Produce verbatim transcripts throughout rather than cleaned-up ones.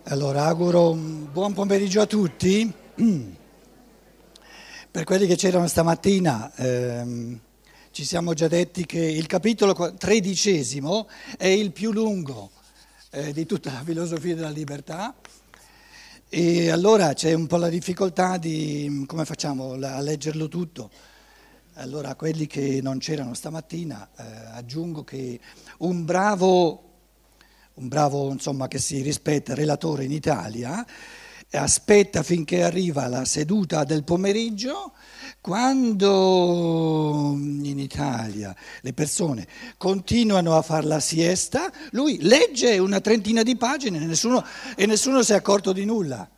Allora, auguro un buon pomeriggio a tutti. Per quelli che c'erano stamattina, ehm, ci siamo già detti che il capitolo qua- tredicesimo è il più lungo eh, di tutta la filosofia della libertà e allora c'è un po' la difficoltà di come facciamo la- a leggerlo tutto. Allora, a quelli che non c'erano stamattina, eh, aggiungo che un bravo un bravo, insomma, che si rispetta, relatore in Italia, aspetta finché arriva la seduta del pomeriggio, quando in Italia le persone continuano a fare la siesta, lui legge una trentina di pagine e nessuno, e nessuno si è accorto di nulla.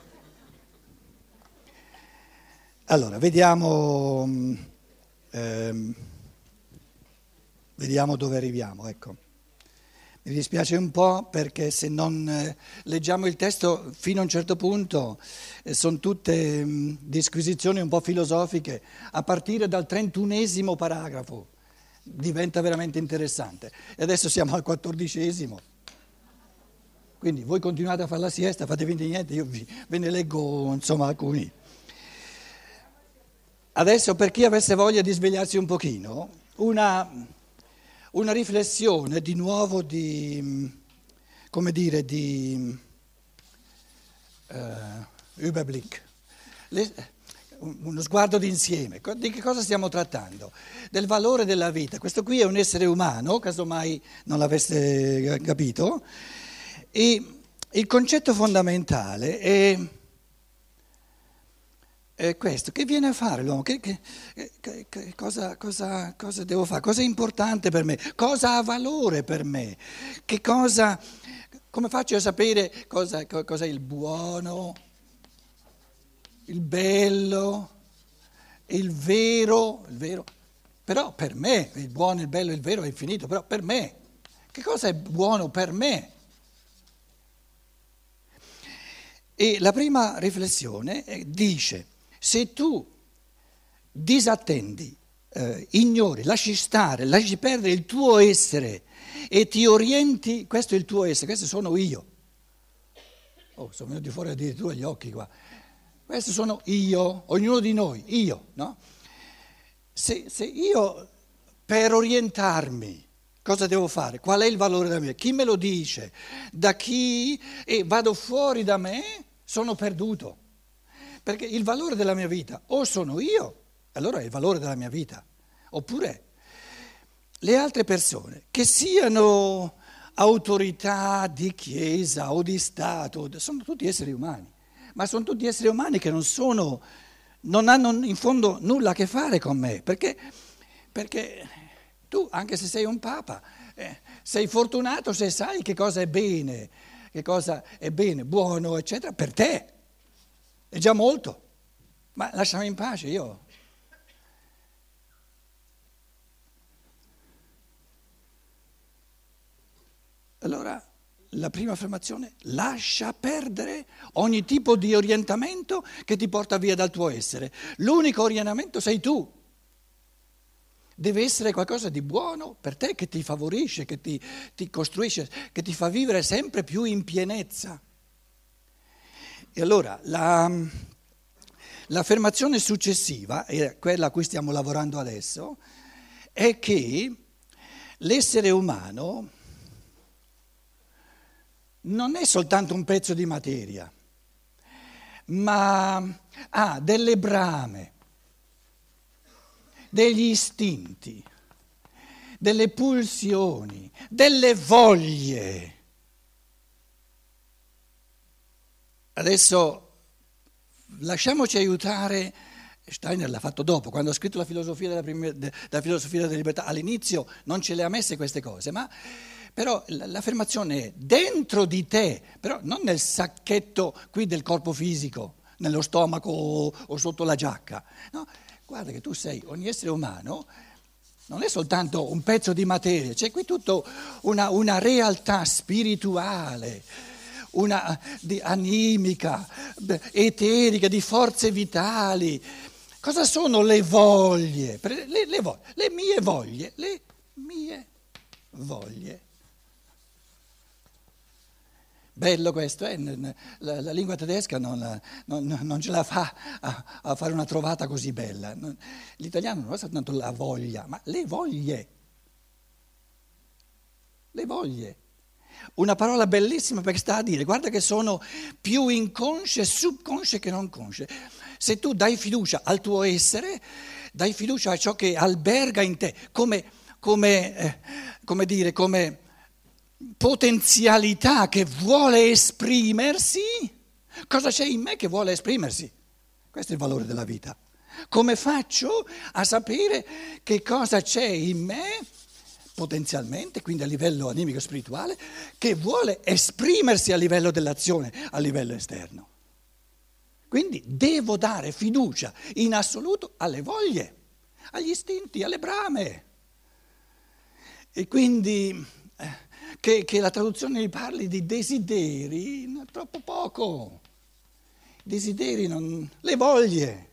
Allora, vediamo, ehm, vediamo dove arriviamo, ecco. Mi dispiace un po' perché se non eh, leggiamo il testo fino a un certo punto eh, sono tutte mh, disquisizioni un po' filosofiche, a partire dal trentunesimo paragrafo diventa veramente interessante. E adesso siamo al quattordicesimo, quindi voi continuate a fare la siesta, fate finta di niente, io vi, ve ne leggo insomma alcuni. Adesso per chi avesse voglia di svegliarsi un pochino, una... Una riflessione di nuovo di, come dire, di uh, Überblick, Le, uno sguardo d'insieme. Di che cosa stiamo trattando? Del valore della vita. Questo qui è un essere umano, casomai non l'aveste capito, e il concetto fondamentale è... È questo, che viene a fare l'uomo? Che, che, che, che cosa, cosa, cosa devo fare? Cosa è importante per me? Cosa ha valore per me? Che cosa, come faccio a sapere cosa, cosa è il buono, il bello, il vero, il vero? Però per me, il buono, il bello, il vero è infinito, però per me, che cosa è buono per me? E la prima riflessione dice... Se tu disattendi, eh, ignori, lasci stare, lasci perdere il tuo essere e ti orienti, questo è il tuo essere, questo sono io. Oh, sono venuti fuori addirittura gli occhi qua. Questo sono io, ognuno di noi, io, no? Se, se io per orientarmi, cosa devo fare? Qual è il valore della mia? Chi me lo dice? Da chi? E vado fuori da me, sono perduto. Perché il valore della mia vita o sono io, allora è il valore della mia vita, oppure le altre persone, che siano autorità di chiesa o di Stato, sono tutti esseri umani, ma sono tutti esseri umani che non sono, non hanno in fondo nulla a che fare con me, perché, perché tu, anche se sei un papa, eh, sei fortunato se sai che cosa è bene, che cosa è bene, buono, eccetera, per te. È già molto, ma lasciami in pace io. Allora, la prima affermazione, lascia perdere ogni tipo di orientamento che ti porta via dal tuo essere. L'unico orientamento sei tu. Deve essere qualcosa di buono per te che ti favorisce, che ti, ti costruisce, che ti fa vivere sempre più in pienezza. E allora, la... L'affermazione successiva, e quella a cui stiamo lavorando adesso, è che l'essere umano non è soltanto un pezzo di materia, ma ha delle brame, degli istinti, delle pulsioni, delle voglie. Adesso... Lasciamoci aiutare, Steiner l'ha fatto dopo, quando ha scritto la filosofia della, prima, della filosofia della libertà, all'inizio non ce le ha messe queste cose, ma però l'affermazione è dentro di te, però non nel sacchetto qui del corpo fisico, nello stomaco o, o sotto la giacca, no? Guarda che tu sei, ogni essere umano non è soltanto un pezzo di materia, c'è qui tutta una, una realtà spirituale, una di animica, eterica, di forze vitali. Cosa sono le voglie? Le, le, voglie, le mie voglie, le mie voglie Bello questo, eh? la, la lingua tedesca non, non, non ce la fa a, a fare una trovata così bella. L'italiano non è soltanto la voglia, ma le voglie. Le voglie. Una parola bellissima perché sta a dire, guarda che sono più inconsce e subconsce che non consce. Se tu dai fiducia al tuo essere, dai fiducia a ciò che alberga in te, come, come, eh, come dire, come potenzialità che vuole esprimersi. Cosa c'è in me che vuole esprimersi? Questo è il valore della vita. Come faccio a sapere che cosa c'è in me potenzialmente, quindi a livello animico spirituale, che vuole esprimersi a livello dell'azione, a livello esterno? Quindi devo dare fiducia in assoluto alle voglie, agli istinti, alle brame. E quindi eh, che, che la traduzione mi parli di desideri, no, troppo poco. Desideri, non, le voglie.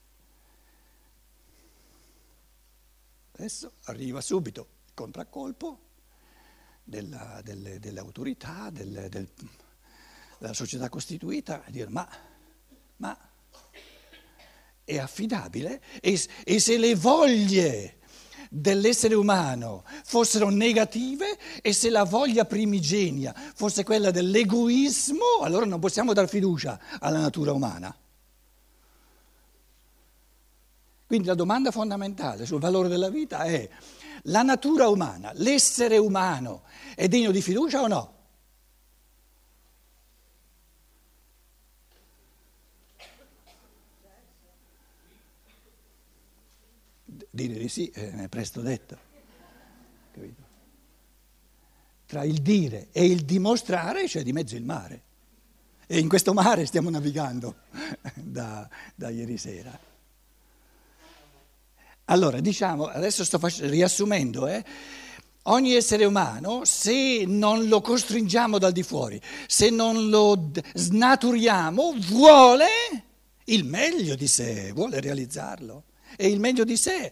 Adesso arriva subito il contraccolpo della, delle, delle autorità, del, del, della società costituita, a dire ma, ma è affidabile? E, e se le voglie dell'essere umano fossero negative e se la voglia primigenia fosse quella dell'egoismo, allora non possiamo dar fiducia alla natura umana. Quindi la domanda fondamentale sul valore della vita è: la natura umana, l'essere umano è degno di fiducia o no? Dire di sì è presto detto. Capito? Tra il dire e il dimostrare c'è di mezzo il mare. E in questo mare stiamo navigando da, da ieri sera. Allora, diciamo, adesso sto fac- riassumendo, eh, ogni essere umano, se non lo costringiamo dal di fuori, se non lo d- snaturiamo, vuole il meglio di sé, vuole realizzarlo. E il meglio di sé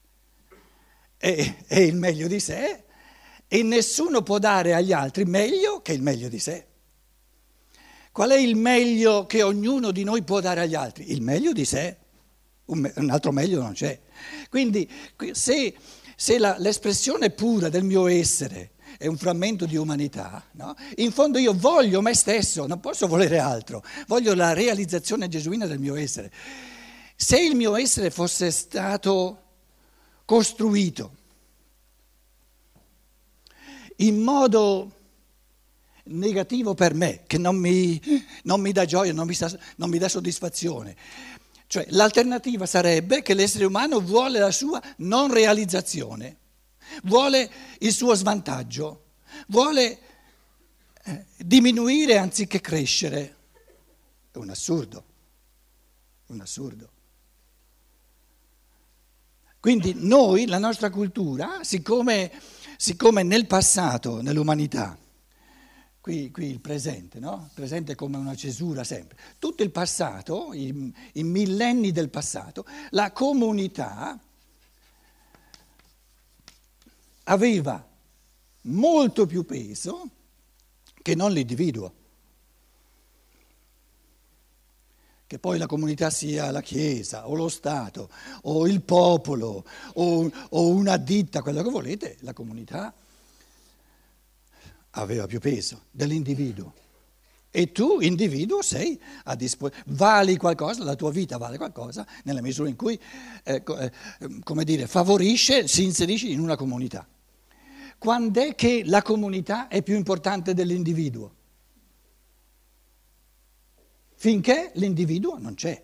è, è il meglio di sé e nessuno può dare agli altri meglio che il meglio di sé. Qual è il meglio che ognuno di noi può dare agli altri? Il meglio di sé. Un, un altro meglio non c'è. Quindi se, se la, l'espressione pura del mio essere è un frammento di umanità, no? In fondo io voglio me stesso, non posso volere altro, voglio la realizzazione gesuina del mio essere. Se il mio essere fosse stato costruito in modo negativo per me, che non mi, non mi dà gioia, non mi, sta, non mi dà soddisfazione, cioè l'alternativa sarebbe che l'essere umano vuole la sua non realizzazione, vuole il suo svantaggio, vuole eh, diminuire anziché crescere. È un assurdo, un assurdo. Quindi noi, la nostra cultura, siccome, siccome nel passato, nell'umanità, Qui, qui il presente, no? Il presente è come una cesura sempre. Tutto il passato, i, i millenni del passato, la comunità aveva molto più peso che non l'individuo. Che poi la comunità sia la Chiesa o lo Stato o il popolo o, o una ditta, quello che volete, la comunità aveva più peso dell'individuo. E tu, individuo, sei a disposizione, vali qualcosa, la tua vita vale qualcosa nella misura in cui, eh, eh, come dire, favorisce, si inserisce in una comunità. Quando è che la comunità è più importante dell'individuo? Finché l'individuo non c'è.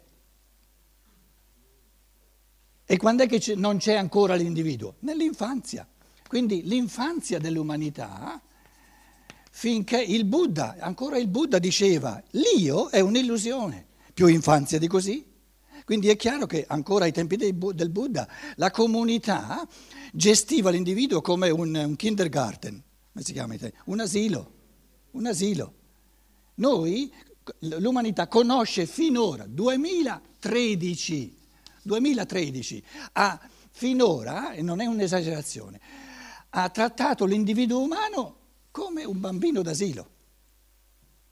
E quando è che c'è, non c'è ancora l'individuo? Nell'infanzia. Quindi l'infanzia dell'umanità, finché il Buddha, ancora il Buddha diceva, l'io è un'illusione, più infanzia di così. Quindi è chiaro che ancora ai tempi del Buddha la comunità gestiva l'individuo come un, un kindergarten, come si chiama? Un asilo, un asilo. Noi, l'umanità conosce finora, duemilatredici, duemilatredici, ha finora, e non è un'esagerazione, ha trattato l'individuo umano come un bambino d'asilo.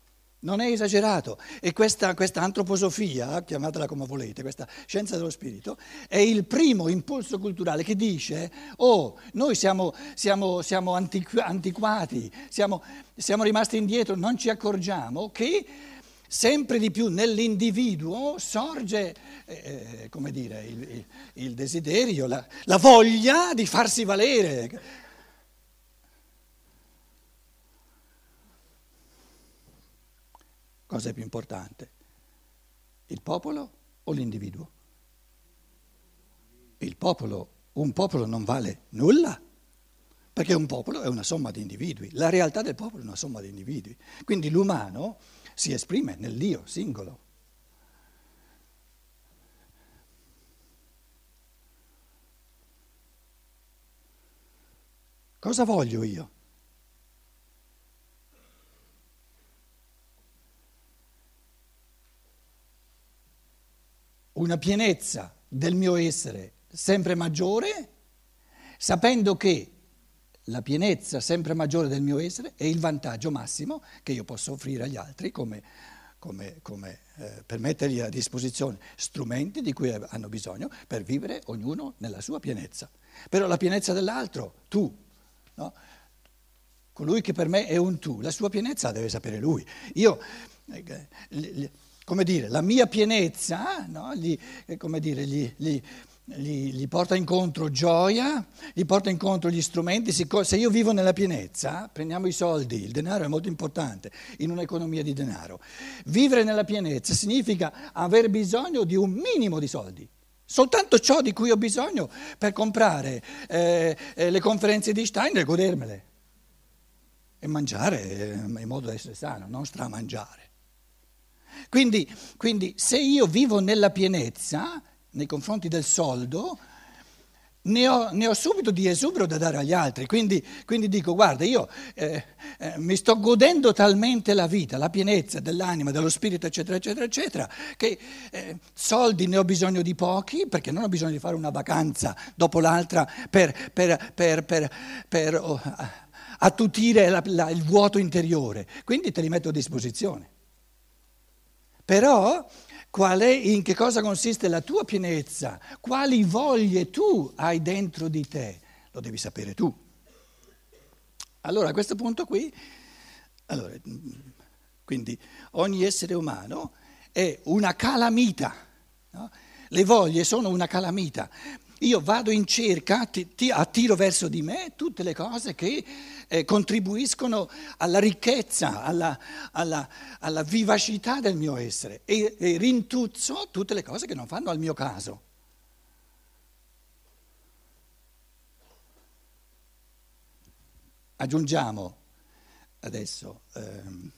Non è esagerato. E questa, questa antroposofia, chiamatela come volete, questa scienza dello spirito, è il primo impulso culturale che dice, oh, noi siamo, siamo, siamo antiqu- antiquati, siamo, siamo rimasti indietro, non ci accorgiamo che sempre di più nell'individuo sorge, eh, come dire, il, il, il desiderio, la, la voglia di farsi valere. Cosa è più importante? Il popolo o l'individuo? Il popolo, un popolo non vale nulla, perché un popolo è una somma di individui. La realtà del popolo è una somma di individui. Quindi l'umano si esprime nell'io singolo. Cosa voglio io? Una pienezza del mio essere sempre maggiore, sapendo che la pienezza sempre maggiore del mio essere è il vantaggio massimo che io posso offrire agli altri come, come, come eh, per mettergli a disposizione strumenti di cui hanno bisogno per vivere ognuno nella sua pienezza. Però la pienezza dell'altro, tu, no? Colui che per me è un tu, la sua pienezza la deve sapere lui. Io, eh, li, come dire, la mia pienezza, no? gli, eh, come dire, gli, gli, gli, gli porta incontro gioia, gli porta incontro gli strumenti. Se io vivo nella pienezza, prendiamo i soldi, il denaro è molto importante in un'economia di denaro. Vivere nella pienezza significa aver bisogno di un minimo di soldi. Soltanto ciò di cui ho bisogno per comprare eh, eh, le conferenze di Stein e godermele. E mangiare eh, in modo da essere sano, non stramangiare. Quindi, quindi se io vivo nella pienezza nei confronti del soldo, ne ho, ne ho subito di esubero da dare agli altri. Quindi, quindi dico, guarda, io eh, eh, mi sto godendo talmente la vita, la pienezza dell'anima, dello spirito, eccetera, eccetera, eccetera, che eh, soldi ne ho bisogno di pochi, perché non ho bisogno di fare una vacanza dopo l'altra per, per, per, per, per oh, attutire la, la, il vuoto interiore. Quindi te li metto a disposizione. Però qual è, in che cosa consiste la tua pienezza? Quali voglie tu hai dentro di te? Lo devi sapere tu. Allora a questo punto qui, allora, quindi ogni essere umano è una calamita, no? Le voglie sono una calamita. Io vado in cerca, ti, ti attiro verso di me tutte le cose che eh, contribuiscono alla ricchezza, alla, alla, alla vivacità del mio essere e, e rintuzzo tutte le cose che non fanno al mio caso. Aggiungiamo adesso, ehm,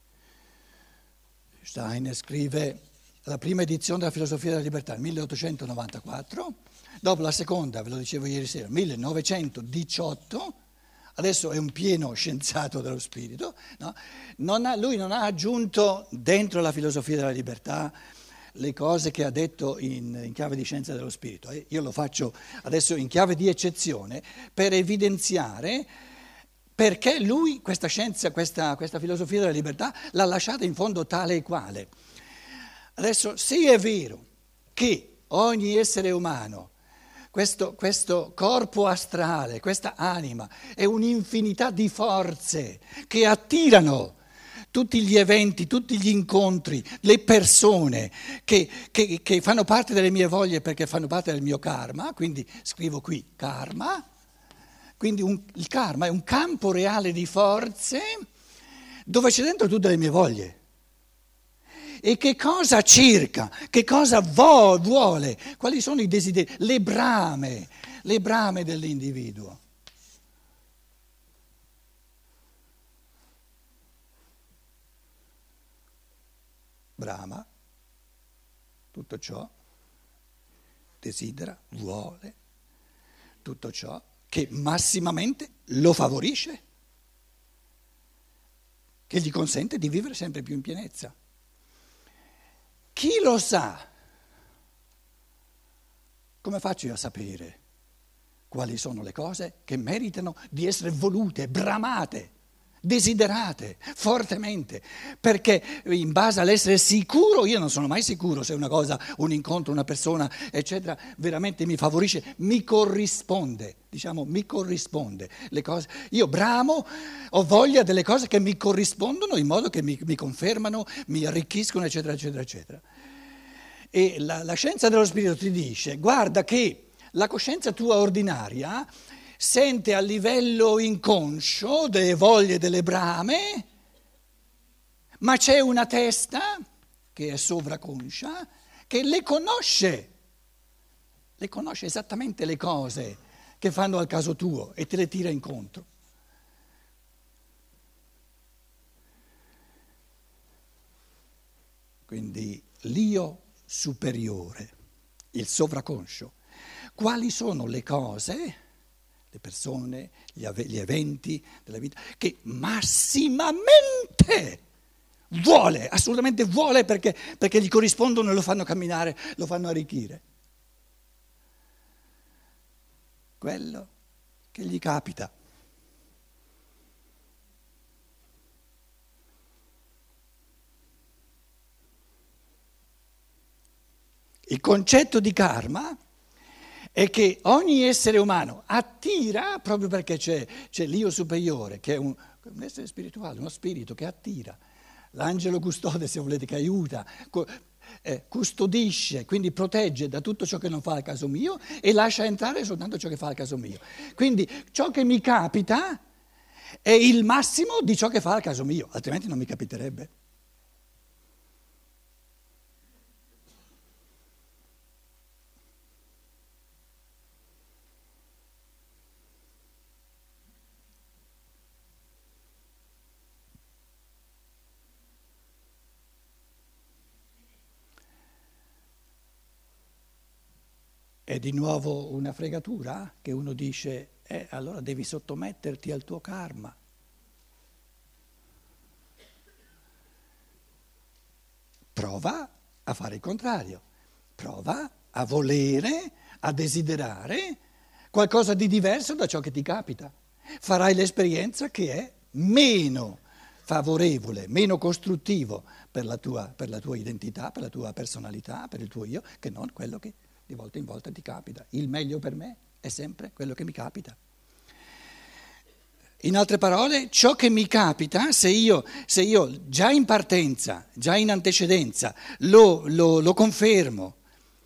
Steiner scrive la prima edizione della filosofia della libertà nel milleottocentonovantaquattro, dopo la seconda, ve lo dicevo ieri sera, millenovecentodiciotto, adesso è un pieno scienziato dello spirito, no? non ha, lui non ha aggiunto dentro la filosofia della libertà le cose che ha detto in, in chiave di scienza dello spirito. Io lo faccio adesso in chiave di eccezione per evidenziare perché lui questa scienza, questa, questa filosofia della libertà l'ha lasciata in fondo tale e quale. Adesso, se è vero che ogni essere umano, questo, questo corpo astrale, questa anima, è un'infinità di forze che attirano tutti gli eventi, tutti gli incontri, le persone che, che, che fanno parte delle mie voglie perché fanno parte del mio karma, quindi scrivo qui karma, quindi un, il karma è un campo reale di forze dove c'è dentro tutte le mie voglie. E che cosa cerca? Che cosa vo- vuole? Quali sono i desideri? Le brame, le brame dell'individuo. Brama, tutto ciò, desidera, vuole, tutto ciò che massimamente lo favorisce, che gli consente di vivere sempre più in pienezza. Chi lo sa? Come faccio io a sapere quali sono le cose che meritano di essere volute, bramate desiderate fortemente, perché in base all'essere sicuro, io non sono mai sicuro se una cosa, un incontro, una persona, eccetera, veramente mi favorisce, mi corrisponde, diciamo, mi corrisponde. Le cose, io bramo, ho voglia delle cose che mi corrispondono in modo che mi, mi confermano, mi arricchiscono, eccetera, eccetera, eccetera. E la, la scienza dello spirito ti dice, guarda che la coscienza tua ordinaria sente a livello inconscio delle voglie, delle brame, ma c'è una testa che è sovraconscia che le conosce, le conosce esattamente le cose che fanno al caso tuo e te le tira incontro. Quindi l'io superiore, il sovraconscio, quali sono le cose, le persone, gli, ave- gli eventi della vita che massimamente vuole, assolutamente vuole perché, perché gli corrispondono e lo fanno camminare, lo fanno arricchire. Quello che gli capita. Il concetto di karma è che ogni essere umano attira, proprio perché c'è, c'è l'io superiore, che è un, un essere spirituale, uno spirito che attira, l'angelo custode, se volete, che aiuta, co, eh, custodisce, quindi protegge da tutto ciò che non fa al caso mio e lascia entrare soltanto ciò che fa al caso mio. Quindi ciò che mi capita è il massimo di ciò che fa al caso mio, altrimenti non mi capiterebbe. È di nuovo una fregatura che uno dice, eh, allora devi sottometterti al tuo karma. Prova a fare il contrario, prova a volere, a desiderare qualcosa di diverso da ciò che ti capita. Farai l'esperienza che è meno favorevole, meno costruttivo per la tua, per la tua identità, per la tua personalità, per il tuo io, che non quello che di volta in volta ti capita. Il meglio per me è sempre quello che mi capita. In altre parole, ciò che mi capita, se io, se io già in partenza, già in antecedenza, lo, lo, lo confermo,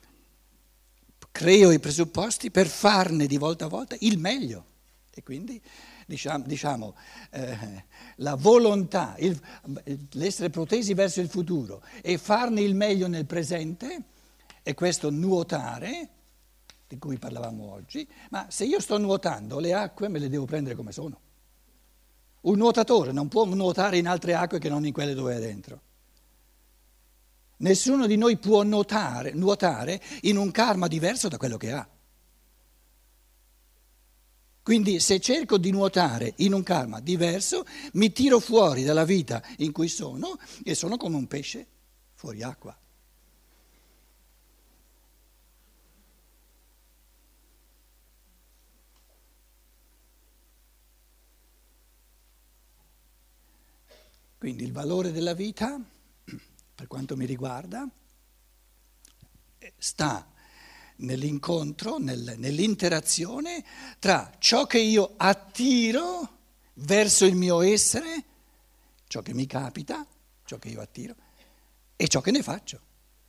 creo i presupposti per farne di volta a volta il meglio. E quindi, diciamo, diciamo eh, la volontà, il, l'essere protesi verso il futuro e farne il meglio nel presente, e questo nuotare, di cui parlavamo oggi, ma se io sto nuotando, le acque me le devo prendere come sono. Un nuotatore non può nuotare in altre acque che non in quelle dove è dentro. Nessuno di noi può nuotare, nuotare in un karma diverso da quello che ha. Quindi se cerco di nuotare in un karma diverso, mi tiro fuori dalla vita in cui sono e sono come un pesce fuori acqua. Quindi il valore della vita, per quanto mi riguarda, sta nell'incontro, nel, nell'interazione tra ciò che io attiro verso il mio essere, ciò che mi capita, ciò che io attiro, e ciò che ne faccio.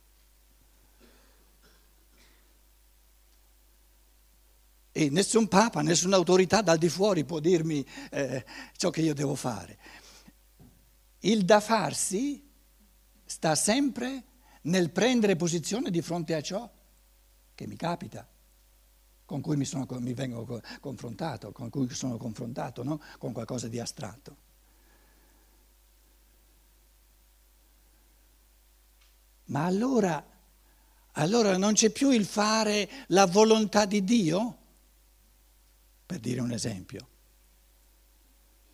E nessun papa, nessuna autorità dal di fuori può dirmi eh, ciò che io devo fare. Il da farsi sta sempre nel prendere posizione di fronte a ciò che mi capita, con cui mi, sono, mi vengo confrontato, con cui sono confrontato, no? Con qualcosa di astratto. Ma allora, allora non c'è più il fare la volontà di Dio? Per dire un esempio.